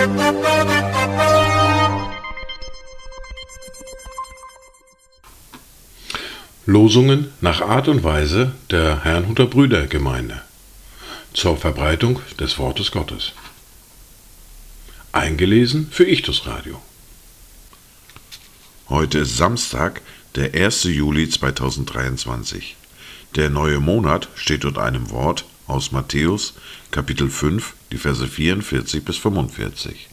Losungen nach Art und Weise der Herrnhuter Brüdergemeinde zur Verbreitung des Wortes Gottes. Eingelesen für Ichtus Radio. Heute ist Samstag, der 1. Juli 2023. Der neue Monat steht unter einem Wort aus Matthäus, Kapitel 5, die Verse 44 bis 45.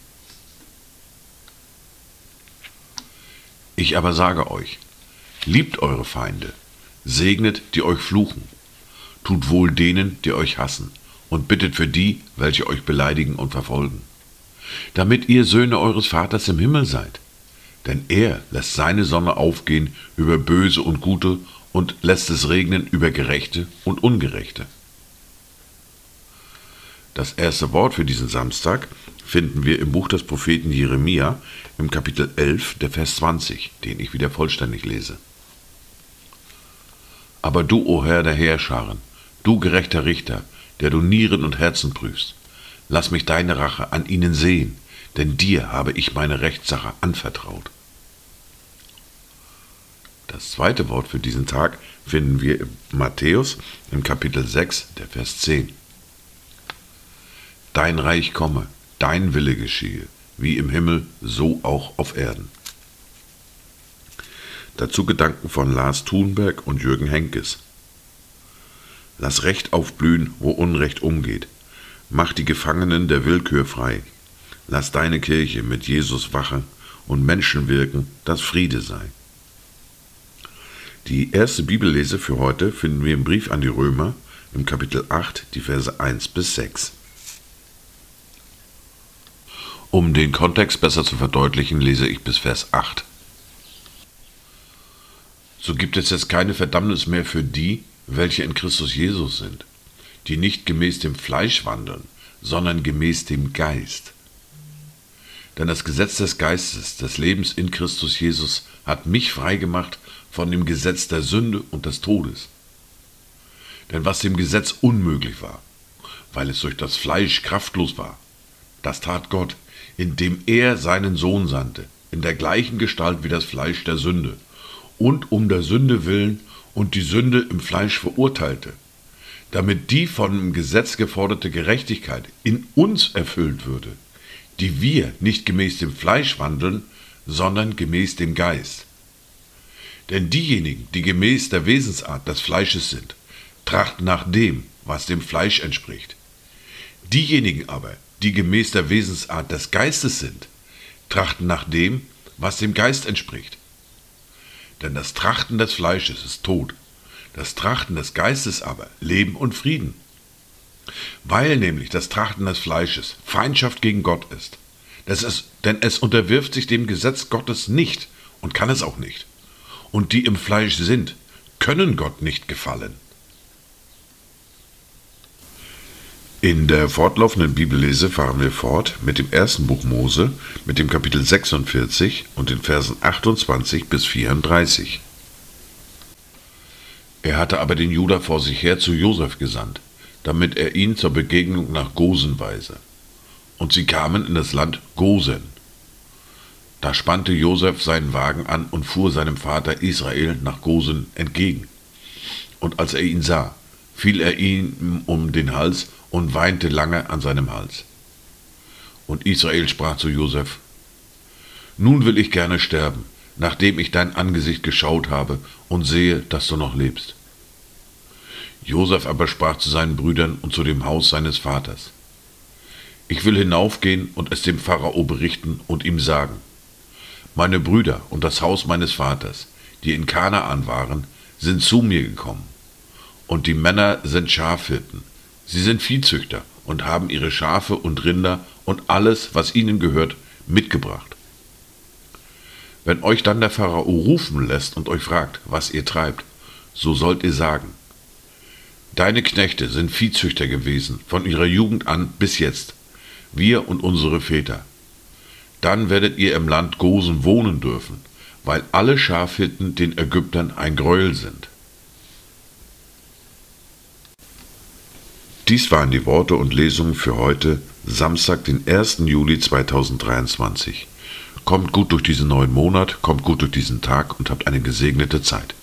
Ich aber sage euch, liebt eure Feinde, segnet, die euch fluchen, tut wohl denen, die euch hassen, und bittet für die, welche euch beleidigen und verfolgen, damit ihr Söhne eures Vaters im Himmel seid. Denn er lässt seine Sonne aufgehen über Böse und Gute und lässt es regnen über Gerechte und Ungerechte. Das erste Wort für diesen Samstag finden wir im Buch des Propheten Jeremia im Kapitel 11, der Vers 20, den ich wieder vollständig lese. Aber du, o Herr der Heerscharen, du gerechter Richter, der du Nieren und Herzen prüfst, lass mich deine Rache an ihnen sehen, denn dir habe ich meine Rechtssache anvertraut. Das zweite Wort für diesen Tag finden wir in Matthäus im Kapitel 6, der Vers 10. Dein Reich komme, dein Wille geschehe, wie im Himmel, so auch auf Erden. Dazu Gedanken von Lars Thunberg und Jürgen Henkes. Lass Recht aufblühen, wo Unrecht umgeht. Mach die Gefangenen der Willkür frei. Lass deine Kirche mit Jesus wachen und Menschen wirken, dass Friede sei. Die erste Bibellese für heute finden wir im Brief an die Römer im Kapitel 8, die Verse 1 bis 6. Um den Kontext besser zu verdeutlichen, lese ich bis Vers 8. So gibt es jetzt keine Verdammnis mehr für die, welche in Christus Jesus sind, die nicht gemäß dem Fleisch wandeln, sondern gemäß dem Geist. Denn das Gesetz des Geistes, des Lebens in Christus Jesus, hat mich freigemacht von dem Gesetz der Sünde und des Todes. Denn was dem Gesetz unmöglich war, weil es durch das Fleisch kraftlos war, das tat Gott, indem er seinen Sohn sandte, in der gleichen Gestalt wie das Fleisch der Sünde, und um der Sünde willen und die Sünde im Fleisch verurteilte, damit die von dem Gesetz geforderte Gerechtigkeit in uns erfüllt würde, die wir nicht gemäß dem Fleisch wandeln, sondern gemäß dem Geist. Denn diejenigen, die gemäß der Wesensart des Fleisches sind, trachten nach dem, was dem Fleisch entspricht. Diejenigen aber, die gemäß der Wesensart des Geistes sind, trachten nach dem, was dem Geist entspricht. Denn das Trachten des Fleisches ist Tod, das Trachten des Geistes aber Leben und Frieden. Weil nämlich das Trachten des Fleisches Feindschaft gegen Gott ist, denn es unterwirft sich dem Gesetz Gottes nicht und kann es auch nicht. Und die im Fleisch sind, können Gott nicht gefallen. In der fortlaufenden Bibellese fahren wir fort mit dem ersten Buch Mose, mit dem Kapitel 46 und den Versen 28 bis 34. Er hatte aber den Juda vor sich her zu Josef gesandt, damit er ihn zur Begegnung nach Gosen weise. Und sie kamen in das Land Gosen. Da spannte Josef seinen Wagen an und fuhr seinem Vater Israel nach Gosen entgegen. Und als er ihn sah, fiel er ihm um den Hals und weinte lange an seinem Hals. Und Israel sprach zu Josef: Nun will ich gerne sterben, nachdem ich dein Angesicht geschaut habe und sehe, dass du noch lebst. Josef aber sprach zu seinen Brüdern und zu dem Haus seines Vaters: Ich will hinaufgehen und es dem Pharao berichten und ihm sagen: Meine Brüder und das Haus meines Vaters, die in Kanaan waren, sind zu mir gekommen. Und die Männer sind Schafhirten. Sie sind Viehzüchter und haben ihre Schafe und Rinder und alles, was ihnen gehört, mitgebracht. Wenn euch dann der Pharao rufen lässt und euch fragt, was ihr treibt, so sollt ihr sagen: Deine Knechte sind Viehzüchter gewesen, von ihrer Jugend an bis jetzt, wir und unsere Väter. Dann werdet ihr im Land Gosen wohnen dürfen, weil alle Schafhirten den Ägyptern ein Greuel sind. Dies waren die Worte und Lesungen für heute, Samstag, den 1. Juli 2023. Kommt gut durch diesen neuen Monat, kommt gut durch diesen Tag und habt eine gesegnete Zeit.